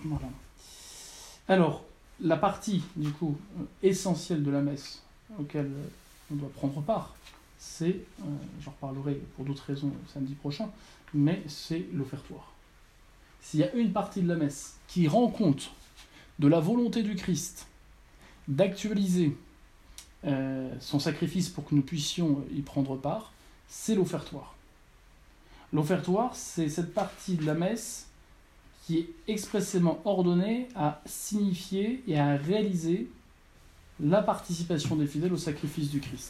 Voilà. Alors, la partie, du coup, essentielle de la messe auquel on doit prendre part, c'est, j'en reparlerai pour d'autres raisons samedi prochain, mais c'est l'offertoire. S'il y a une partie de la messe qui rend compte de la volonté du Christ d'actualiser son sacrifice pour que nous puissions y prendre part, c'est l'offertoire. L'offertoire, c'est cette partie de la messe qui est expressément ordonnée à signifier et à réaliser la participation des fidèles au sacrifice du Christ.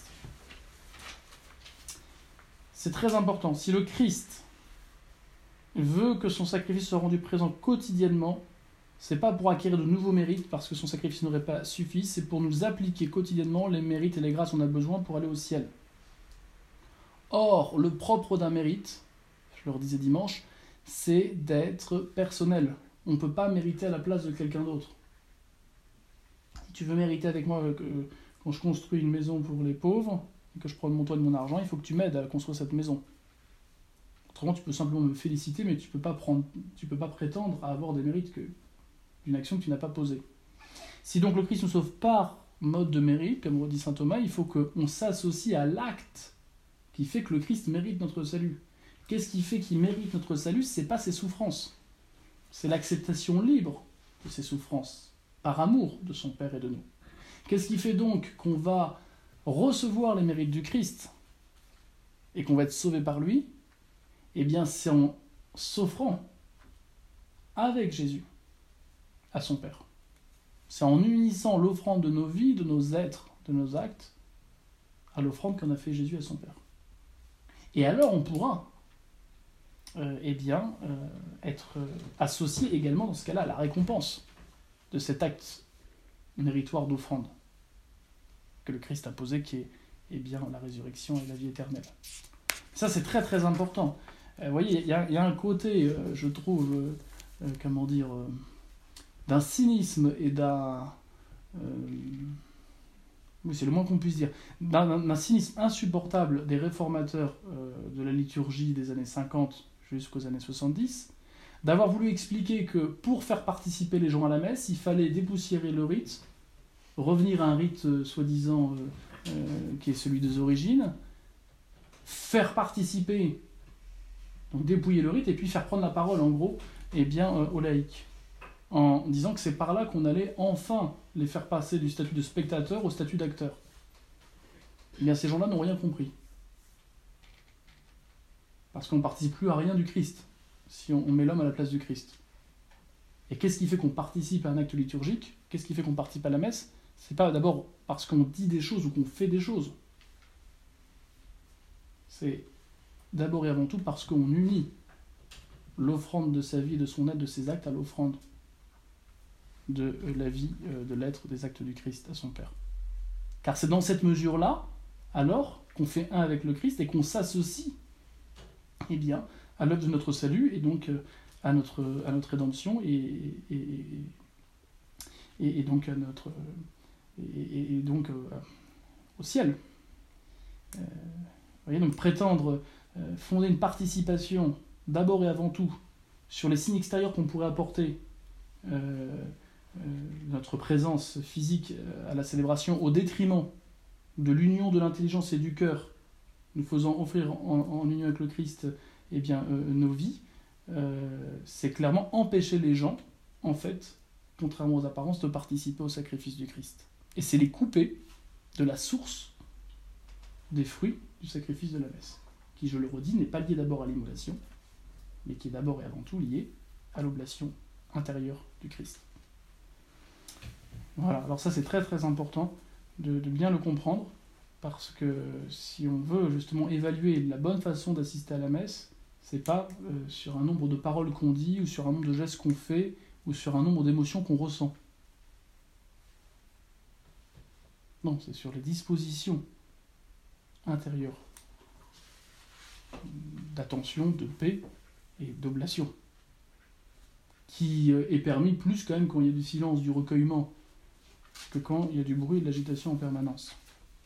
C'est très important. Si le Christ veut que son sacrifice soit rendu présent quotidiennement, c'est pas pour acquérir de nouveaux mérites parce que son sacrifice n'aurait pas suffi, c'est pour nous appliquer quotidiennement les mérites et les grâces dont on a besoin pour aller au ciel. Or, le propre d'un mérite, je le redisais dimanche, c'est d'être personnel. On ne peut pas mériter à la place de quelqu'un d'autre. Si tu veux mériter avec moi quand je construis une maison pour les pauvres, et que je prends mon toit de mon argent, il faut que tu m'aides à construire cette maison. Autrement, tu peux simplement me féliciter, mais tu peux pas prétendre à avoir des mérites d'une action que tu n'as pas posée. Si donc le Christ nous sauve par mode de mérite, comme redit saint Thomas, il faut qu'on s'associe à l'acte qui fait que le Christ mérite notre salut. Qu'est-ce qui fait qu'il mérite notre salut ? Ce n'est pas ses souffrances. C'est l'acceptation libre de ses souffrances, par amour de son Père et de nous. Qu'est-ce qui fait donc qu'on va recevoir les mérites du Christ et qu'on va être sauvé par lui ? Eh bien, c'est en s'offrant avec Jésus à son Père. C'est en unissant l'offrande de nos vies, de nos êtres, de nos actes, à l'offrande qu'en a fait Jésus à son Père. Et alors on pourra être associé également dans ce cas-là à la récompense de cet acte méritoire d'offrande que le Christ a posé, qui est la résurrection et la vie éternelle. Ça, c'est très très important. Vous voyez, il y a un côté, je trouve, d'un cynisme et d'un... oui, c'est le moins qu'on puisse dire, d'un cynisme insupportable des réformateurs de la liturgie des années 50 jusqu'aux années 70, d'avoir voulu expliquer que pour faire participer les gens à la messe, il fallait dépoussiérer le rite, revenir à un rite soi-disant qui est celui des origines, faire participer, donc dépouiller le rite, et puis faire prendre la parole, en gros, aux laïcs, en disant que c'est par là qu'on allait enfin les faire passer du statut de spectateur au statut d'acteur. Eh bien, ces gens-là n'ont rien compris. Parce qu'on ne participe plus à rien du Christ, si on met l'homme à la place du Christ. Et qu'est-ce qui fait qu'on participe à un acte liturgique ? Qu'est-ce qui fait qu'on participe à la messe ? C'est pas d'abord parce qu'on dit des choses ou qu'on fait des choses. C'est d'abord et avant tout parce qu'on unit l'offrande de sa vie et de son être, de ses actes, à l'offrande de la vie, de l'être, des actes du Christ à son Père. Car c'est dans cette mesure-là, alors, qu'on fait un avec le Christ et qu'on s'associe à l'œuvre de notre salut et donc à notre rédemption et donc au ciel. Vous voyez, donc prétendre fonder une participation d'abord et avant tout sur les signes extérieurs qu'on pourrait apporter notre présence physique à la célébration au détriment de l'union de l'intelligence et du cœur, nous faisant offrir en union avec le Christ nos vies, c'est clairement empêcher les gens, en fait, contrairement aux apparences, de participer au sacrifice du Christ. Et c'est les couper de la source des fruits du sacrifice de la messe, qui, je le redis, n'est pas lié d'abord à l'immolation, mais qui est d'abord et avant tout lié à l'oblation intérieure du Christ. Voilà, alors ça c'est très très important de bien le comprendre, parce que si on veut justement évaluer la bonne façon d'assister à la messe, c'est pas sur un nombre de paroles qu'on dit, ou sur un nombre de gestes qu'on fait, ou sur un nombre d'émotions qu'on ressent. Non, c'est sur les dispositions intérieures d'attention, de paix et d'oblation, qui est permis plus quand même quand il y a du silence, du recueillement, que quand il y a du bruit et de l'agitation en permanence.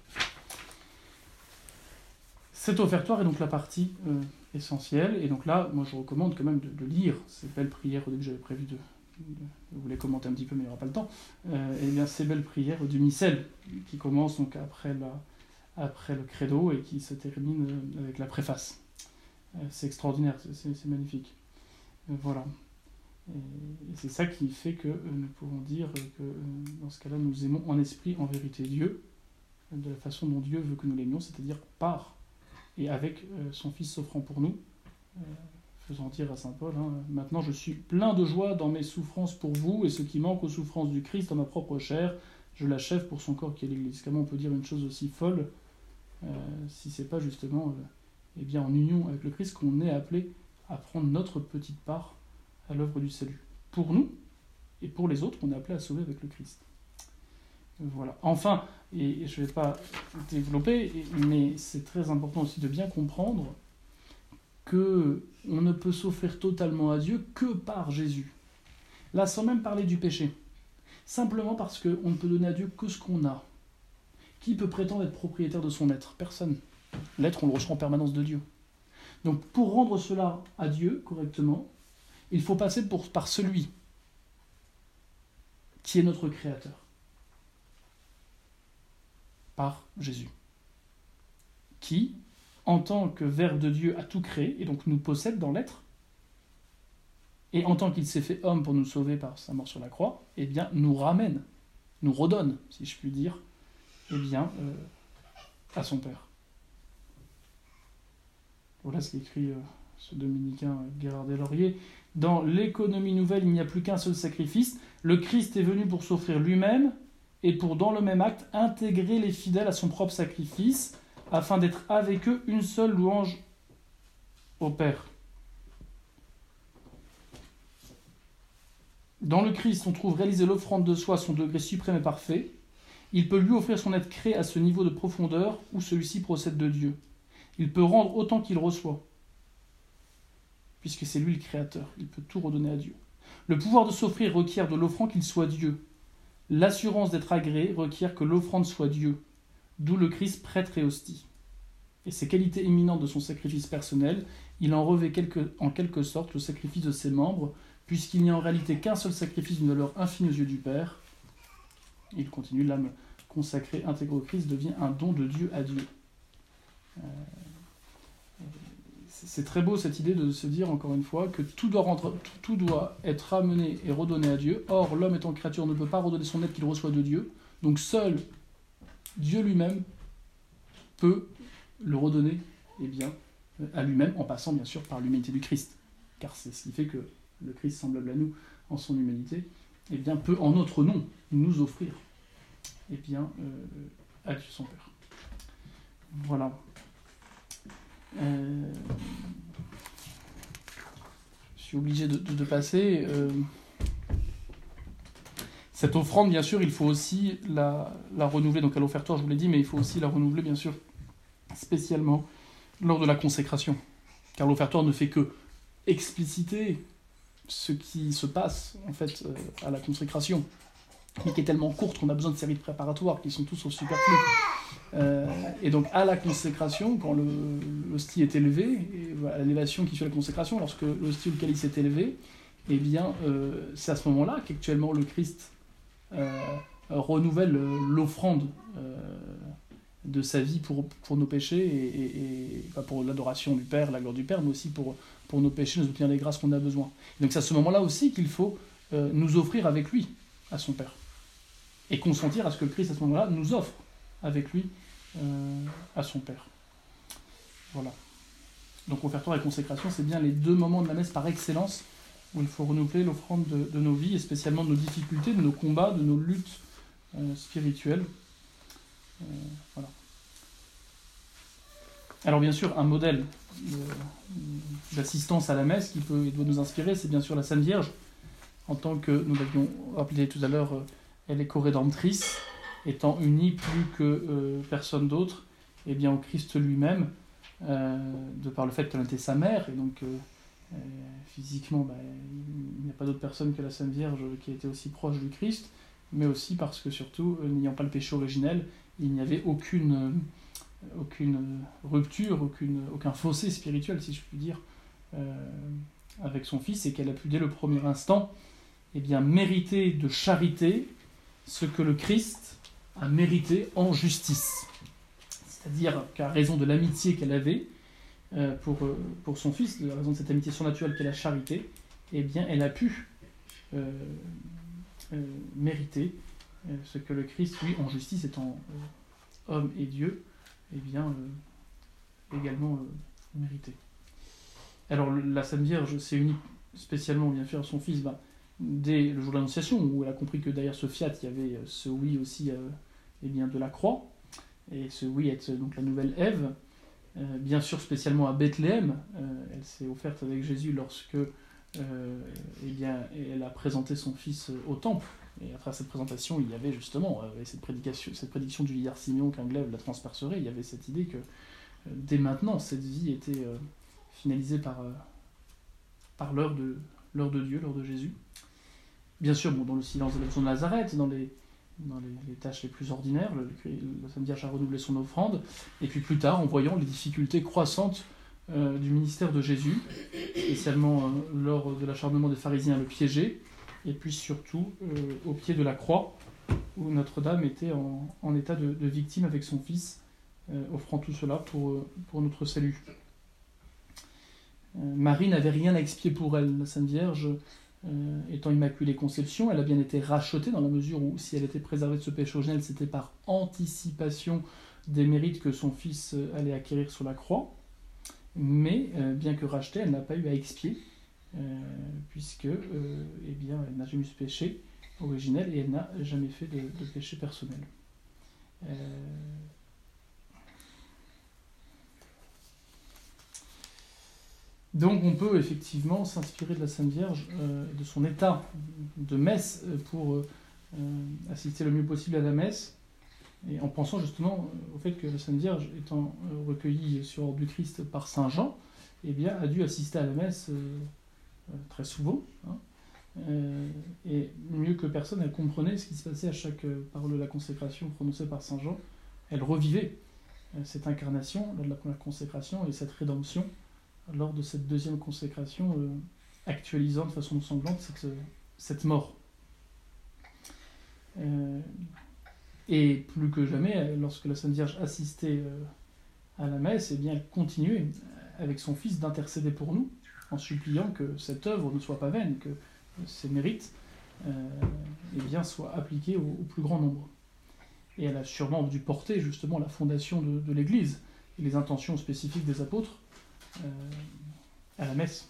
Cet offertoire est donc la partie essentielle, et donc là, moi je recommande quand même de lire ces belles prières que j'avais prévu vous les commenter un petit peu, mais il n'y aura pas le temps, eh bien, ces belles prières du missel, qui commencent donc après le credo et qui se terminent avec la préface. C'est extraordinaire, c'est magnifique. Voilà. Et c'est ça qui fait que nous pouvons dire que dans ce cas-là, nous aimons en esprit, en vérité, Dieu, de la façon dont Dieu veut que nous l'aimions, c'est-à-dire par et avec son Fils s'offrant pour nous, faisant dire à saint Paul, maintenant je suis plein de joie dans mes souffrances pour vous, et ce qui manque aux souffrances du Christ dans ma propre chair, je l'achève pour son corps qui est l'Église. Comment on peut dire une chose aussi folle si c'est pas justement eh bien, en union avec le Christ qu'on est appelé à prendre notre petite part à l'œuvre du salut. Pour nous et pour les autres, on est appelé à sauver avec le Christ. Voilà. Enfin, et je ne vais pas développer, mais c'est très important aussi de bien comprendre qu'on ne peut s'offrir totalement à Dieu que par Jésus. Là, sans même parler du péché. Simplement parce qu'on ne peut donner à Dieu que ce qu'on a. Qui peut prétendre être propriétaire de son être? Personne. L'être, on le reçoit en permanence de Dieu. Donc, pour rendre cela à Dieu correctement, il faut passer par celui qui est notre Créateur. Par Jésus. Qui, en tant que Verbe de Dieu, a tout créé, et donc nous possède dans l'être, et en tant qu'il s'est fait homme pour nous sauver par sa mort sur la croix, eh bien, nous ramène, nous redonne, si je puis dire, eh bien, à son Père. Voilà ce qu'écrit ce dominicain Gérard Deslauriers. Dans l'économie nouvelle, il n'y a plus qu'un seul sacrifice. Le Christ est venu pour s'offrir lui-même et pour, dans le même acte, intégrer les fidèles à son propre sacrifice, afin d'être avec eux une seule louange au Père. Dans le Christ, on trouve réaliser l'offrande de soi à son degré suprême et parfait. Il peut lui offrir son être créé à ce niveau de profondeur où celui-ci procède de Dieu. Il peut rendre autant qu'il reçoit, puisque c'est lui le Créateur. Il peut tout redonner à Dieu. Le pouvoir de s'offrir requiert de l'offrant qu'il soit Dieu. L'assurance d'être agréé requiert que l'offrande soit Dieu, d'où le Christ prêtre et hostie. Et ces qualités éminentes de son sacrifice personnel, il en revêt en quelque sorte le sacrifice de ses membres, puisqu'il n'y a en réalité qu'un seul sacrifice d'une valeur infinie aux yeux du Père. Il continue, l'âme consacrée, intégrée au Christ, devient un don de Dieu à Dieu. C'est très beau cette idée de se dire, encore une fois, que tout doit être ramené et redonné à Dieu. Or, l'homme étant créature ne peut pas redonner son être qu'il reçoit de Dieu. Donc seul Dieu lui-même peut le redonner eh bien, à lui-même, en passant bien sûr par l'humanité du Christ. Car c'est ce qui fait que le Christ, semblable à nous en son humanité, eh bien, peut en notre nom nous offrir eh bien, à Dieu son Père. Voilà. Je suis obligé de passer. Cette offrande, bien sûr, il faut aussi la renouveler. Donc à l'offertoire, je vous l'ai dit, mais il faut aussi la renouveler, bien sûr, spécialement lors de la consécration. Car l'offertoire ne fait que expliciter ce qui se passe, en fait, à la consécration, mais qui est tellement courte qu'on a besoin de séries de préparatoires qui sont tous au superflu. Et donc à la consécration, quand l'hostie est élevée, et voilà, l'élévation qui suit la consécration, lorsque l'hostie ou le calice est élevé, eh bien c'est à ce moment-là qu'actuellement le Christ renouvelle l'offrande de sa vie pour nos péchés et pour l'adoration du Père, la gloire du Père, mais aussi pour nos péchés, nous obtenir les grâces qu'on a besoin. Et donc c'est à ce moment-là aussi qu'il faut nous offrir avec lui à son Père et consentir à ce que le Christ à ce moment-là nous offre avec lui à son Père. Voilà. Donc offertoire et consécration, c'est bien les deux moments de la messe par excellence où il faut renouveler l'offrande de nos vies, et spécialement de nos difficultés, de nos combats, de nos luttes spirituelles. Voilà. Alors bien sûr, un modèle d'assistance à la messe qui doit nous inspirer, c'est bien sûr la Sainte Vierge, en tant que, nous l'avions rappelé tout à l'heure, elle est co-rédemptrice, étant unie plus que personne d'autre eh bien, au Christ lui-même, de par le fait qu'elle était sa mère, et donc physiquement, il n'y a pas d'autre personne que la Sainte Vierge qui était aussi proche du Christ, mais aussi parce que surtout, n'ayant pas le péché originel, il n'y avait aucune rupture, aucun fossé spirituel, si je puis dire, avec son Fils, et qu'elle a pu dès le premier instant mérité de charité ce que le Christ a mérité en justice. C'est-à-dire qu'à raison de l'amitié qu'elle avait pour son fils, de raison de cette amitié surnaturelle qu'est la charité, elle a pu mériter ce que le Christ, lui, en justice, étant homme et Dieu, également mérité. Alors la Sainte Vierge s'est unie spécialement, bien sûr, à son fils dès le jour de l'Annonciation, où elle a compris que derrière ce fiat, il y avait ce oui aussi de la croix, et ce oui est donc la nouvelle Ève. Bien sûr, spécialement à Bethléem, elle s'est offerte avec Jésus lorsque elle a présenté son fils au temple. Et à travers cette présentation, il y avait justement cette prédiction du vieillard Simeon qu'un glaive la transpercerait. Il y avait cette idée que dès maintenant, cette vie était finalisée par l'heure de Dieu, l'heure de Jésus. Bien sûr, dans le silence de la maison de Nazareth, dans les tâches les plus ordinaires, la Sainte Vierge a renouvelé son offrande, et puis plus tard, en voyant les difficultés croissantes du ministère de Jésus, spécialement lors de l'acharnement des pharisiens à le piéger, et puis surtout au pied de la croix, où Notre-Dame était en état de victime avec son fils, offrant tout cela pour notre salut. Marie n'avait rien à expier pour elle, la Sainte Vierge, étant Immaculée Conception, elle a bien été rachetée dans la mesure où, si elle était préservée de ce péché originel, c'était par anticipation des mérites que son fils allait acquérir sur la croix. Mais, bien que rachetée, elle n'a pas eu à expier, puisque elle n'a jamais eu ce péché originel et elle n'a jamais fait de péché personnel. Donc on peut effectivement s'inspirer de la Sainte Vierge, de son état de messe pour assister le mieux possible à la messe, et en pensant justement au fait que la Sainte Vierge, étant recueillie sur ordre du Christ par Saint Jean, a dû assister à la messe très souvent, et mieux que personne, elle comprenait ce qui se passait à chaque parole de la consécration prononcée par Saint Jean. Elle revivait cette incarnation lors de la première consécration et cette rédemption lors de cette deuxième consécration, actualisant de façon sanglante cette mort. Et plus que jamais, lorsque la Sainte Vierge assistait à la messe, elle continuait avec son Fils d'intercéder pour nous, en suppliant que cette œuvre ne soit pas vaine, que ses mérites soient appliqués au plus grand nombre. Et elle a sûrement dû porter justement la fondation de l'Église et les intentions spécifiques des apôtres à la messe.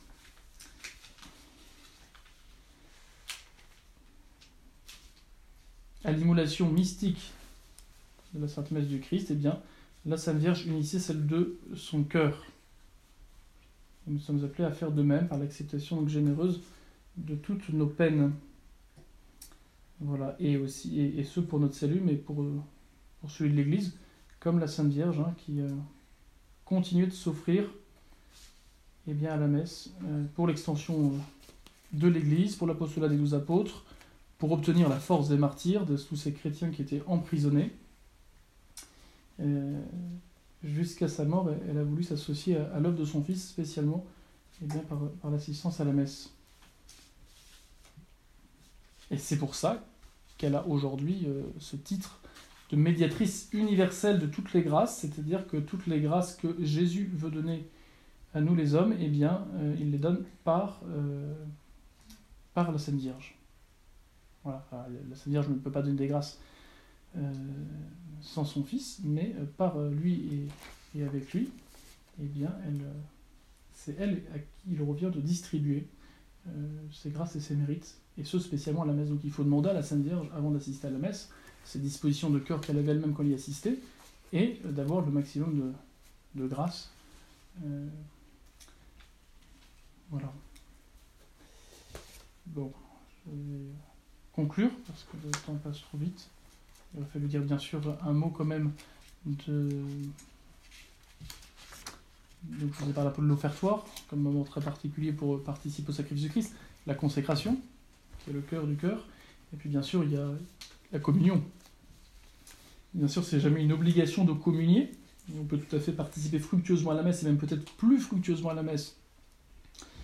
À l'immolation mystique de la Sainte Messe du Christ, la Sainte Vierge unissait celle de son cœur. Et nous sommes appelés à faire de même par l'acceptation donc généreuse de toutes nos peines. Voilà, et ce pour notre salut, mais pour celui de l'Église, comme la Sainte Vierge qui continuait de s'offrir à la messe pour l'extension de l'Église, pour l'apostolat des 12 apôtres, pour obtenir la force des martyrs, de tous ces chrétiens qui étaient emprisonnés. Jusqu'à sa mort, elle a voulu s'associer à l'œuvre de son Fils, spécialement par l'assistance à la messe. Et c'est pour ça qu'elle a aujourd'hui ce titre de médiatrice universelle de toutes les grâces, c'est-à-dire que toutes les grâces que Jésus veut donner à nous les hommes, il les donne par la Sainte Vierge. Voilà, la Sainte Vierge ne peut pas donner des grâces sans son Fils, mais par lui et avec lui, c'est elle à qui il revient de distribuer ses grâces et ses mérites, et ce spécialement à la messe. Donc il faut demander à la Sainte Vierge, avant d'assister à la messe, ses dispositions de cœur qu'elle avait elle-même quand elle y assistait, et d'avoir le maximum de grâce. Voilà. Bon, je vais conclure, parce que le temps passe trop vite. Il va falloir dire bien sûr un mot quand même donc je vous ai parlé un peu de l'offertoire, comme moment très particulier pour participer au sacrifice du Christ, la consécration, qui est le cœur du cœur, et puis bien sûr il y a la communion. Bien sûr, c'est jamais une obligation de communier, on peut tout à fait participer fructueusement à la messe, et même peut-être plus fructueusement à la messe,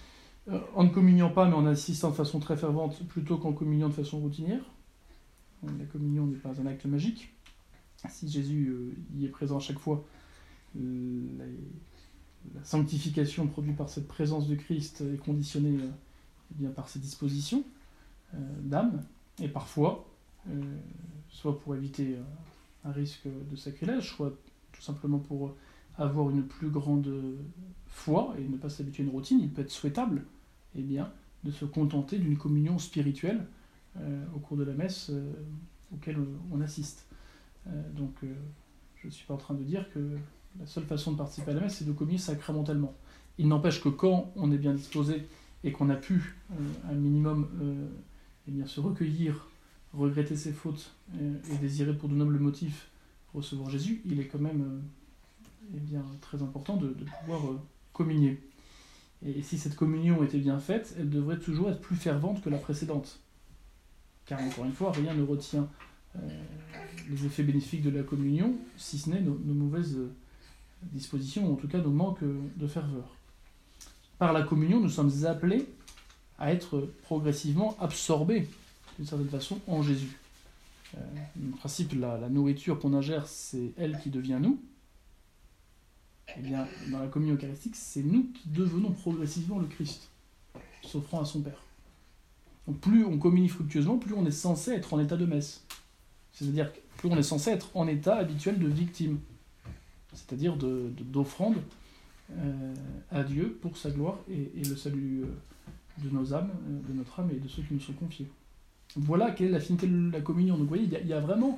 en ne communiant pas, mais en assistant de façon très fervente, plutôt qu'en communiant de façon routinière. La communion n'est pas un acte magique. Si Jésus y est présent à chaque fois, la sanctification produite par cette présence de Christ est conditionnée bien, par ses dispositions d'âme, et parfois, soit pour éviter un risque de sacrilège, soit tout simplement pour avoir une plus grande foi et ne pas s'habituer à une routine, il peut être souhaitable de se contenter d'une communion spirituelle au cours de la messe auquel on assiste. Donc je ne suis pas en train de dire que la seule façon de participer à la messe, c'est de communier sacramentellement. Il n'empêche que quand on est bien disposé et qu'on a pu un minimum se recueillir, regretter ses fautes et désirer pour de nobles motifs recevoir Jésus, il est quand même très important de pouvoir communier. Et si cette communion était bien faite, elle devrait toujours être plus fervente que la précédente. Car encore une fois, rien ne retient les effets bénéfiques de la communion, si ce n'est nos mauvaises dispositions, ou en tout cas nos manques de ferveur. Par la communion, nous sommes appelés à être progressivement absorbés, d'une certaine façon, en Jésus. En principe, la nourriture qu'on ingère, c'est elle qui devient nous. Eh bien, dans la communion eucharistique, c'est nous qui devenons progressivement le Christ, s'offrant à son Père. Donc plus on communie fructueusement, plus on est censé être en état de messe. C'est-à-dire que plus on est censé être en état habituel de victime, c'est-à-dire d'offrande à Dieu pour sa gloire et le salut de nos âmes, de notre âme et de ceux qui nous sont confiés. Voilà quelle est la finalité de la communion. Donc vous voyez, il y a vraiment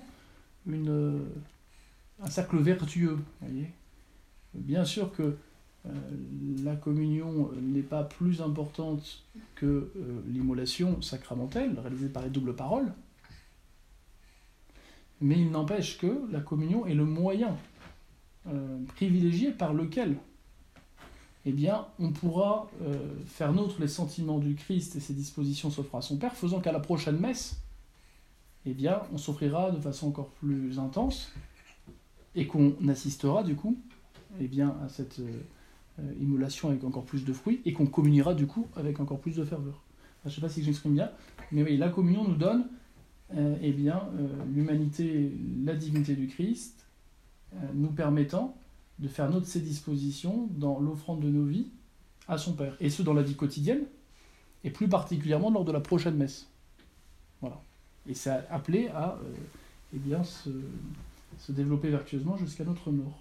un cercle vertueux. Voyez. Bien sûr que la communion n'est pas plus importante que l'immolation sacramentelle réalisée par les doubles paroles, mais il n'empêche que la communion est le moyen privilégié par lequel on pourra faire nôtre les sentiments du Christ et ses dispositions s'offrant à son Père, faisant qu'à la prochaine messe, on s'offrira de façon encore plus intense et qu'on assistera du coup à cette immolation avec encore plus de fruits et qu'on communiera du coup avec encore plus de ferveur. Je ne sais pas si j'exprime bien, mais oui, la communion nous donne l'humanité, la divinité du Christ, nous permettant de faire nôtre ses dispositions dans l'offrande de nos vies à son Père, et ce dans la vie quotidienne, et plus particulièrement lors de la prochaine messe. Voilà. Et c'est appelé à se développer vertueusement jusqu'à notre mort.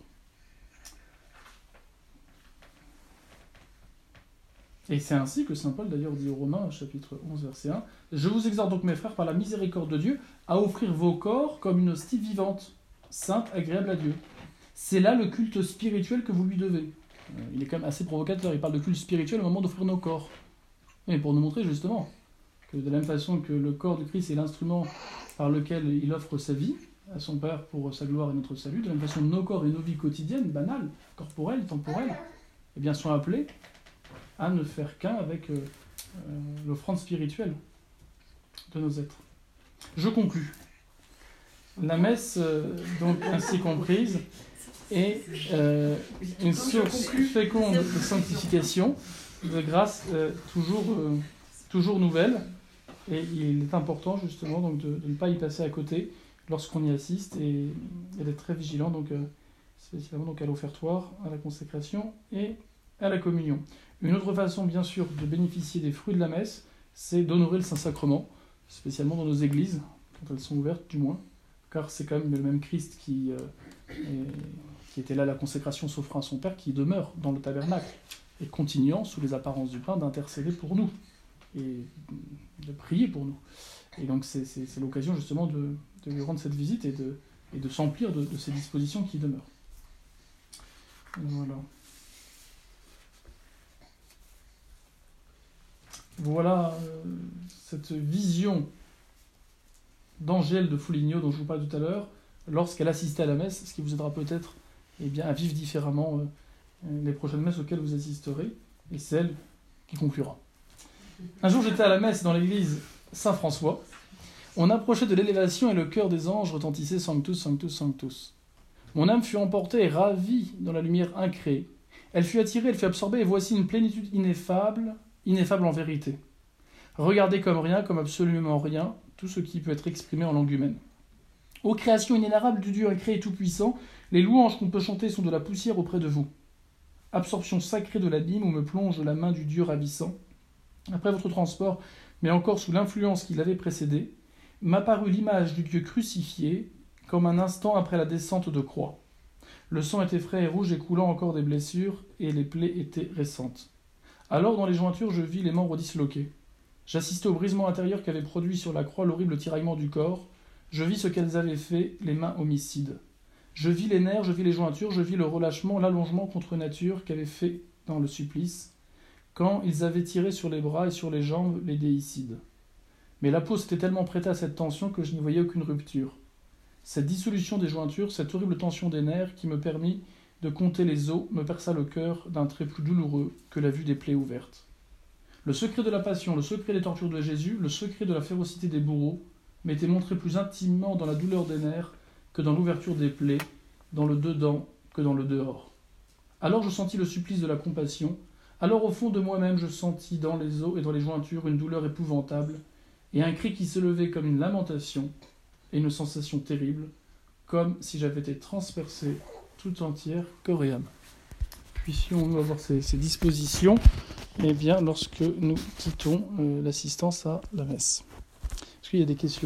Et c'est ainsi que saint Paul d'ailleurs dit aux Romains, chapitre 11, verset 1, « Je vous exhorte donc mes frères, par la miséricorde de Dieu, à offrir vos corps comme une hostie vivante, sainte, agréable à Dieu. C'est là le culte spirituel que vous lui devez. » Il est quand même assez provocateur, il parle de culte spirituel au moment d'offrir nos corps. Et pour nous montrer justement que de la même façon que le corps de Christ est l'instrument par lequel il offre sa vie à son Père pour sa gloire et notre salut, de la même façon nos corps et nos vies quotidiennes, banales, corporelles, temporelles, sont appelés à ne faire qu'un avec l'offrande spirituelle de nos êtres. Je conclus. La messe, donc ainsi comprise, est une source féconde de sanctification, de grâce toujours nouvelle, et il est important justement donc, de ne pas y passer à côté lorsqu'on y assiste, et d'être très vigilant, donc, spécialement donc, à l'offertoire, à la consécration et à la communion. Une autre façon, bien sûr, de bénéficier des fruits de la messe, c'est d'honorer le Saint-Sacrement, spécialement dans nos églises, quand elles sont ouvertes du moins, car c'est quand même le même Christ qui était là à la consécration s'offrant à son Père, qui demeure dans le tabernacle, et continuant, sous les apparences du pain, d'intercéder pour nous, et de prier pour nous. Et donc c'est l'occasion justement de lui rendre cette visite et de s'emplir de ces dispositions qui demeurent. Voilà. Voilà cette vision d'Angèle de Foligno dont je vous parlais tout à l'heure, lorsqu'elle assistait à la messe, ce qui vous aidera peut-être à vivre différemment les prochaines messes auxquelles vous assisterez, et celle qui conclura. Un jour, j'étais à la messe dans l'église Saint-François. On approchait de l'élévation et le chœur des anges retentissait « Sanctus, Sanctus, Sanctus ». Mon âme fut emportée et ravie dans la lumière incréée. Elle fut attirée, elle fut absorbée, et voici une plénitude ineffable ineffable en vérité. Regardez comme rien, comme absolument rien, tout ce qui peut être exprimé en langue humaine. Ô création inénarrable du Dieu incréé et tout-puissant, les louanges qu'on peut chanter sont de la poussière auprès de vous. Absorption sacrée de l'abîme où me plonge la main du Dieu ravissant. Après votre transport, mais encore sous l'influence qui l'avait précédé, m'apparut l'image du Dieu crucifié, comme un instant après la descente de croix. Le sang était frais et rouge et coulant encore des blessures, et les plaies étaient récentes. Alors, dans les jointures, je vis les membres disloqués. J'assistais au brisement intérieur qu'avait produit sur la croix l'horrible tiraillement du corps. Je vis ce qu'elles avaient fait, les mains homicides. Je vis les nerfs, je vis les jointures, je vis le relâchement, l'allongement contre nature qu'avaient fait dans le supplice, quand ils avaient tiré sur les bras et sur les jambes les déicides. Mais la peau s'était tellement prêtée à cette tension que je n'y voyais aucune rupture. Cette dissolution des jointures, cette horrible tension des nerfs qui me permit de compter les os, me perça le cœur d'un trait plus douloureux que la vue des plaies ouvertes. Le secret de la passion, le secret des tortures de Jésus, le secret de la férocité des bourreaux, m'était montré plus intimement dans la douleur des nerfs que dans l'ouverture des plaies, dans le dedans que dans le dehors. Alors je sentis le supplice de la compassion, alors au fond de moi-même je sentis dans les os et dans les jointures une douleur épouvantable, et un cri qui s'élevait comme une lamentation, et une sensation terrible, comme si j'avais été transpercé tout entière, corps et âme. Puissions-nous avoir ces dispositions, eh bien, lorsque nous quittons l'assistance à la messe. Est-ce qu'il y a des questions ?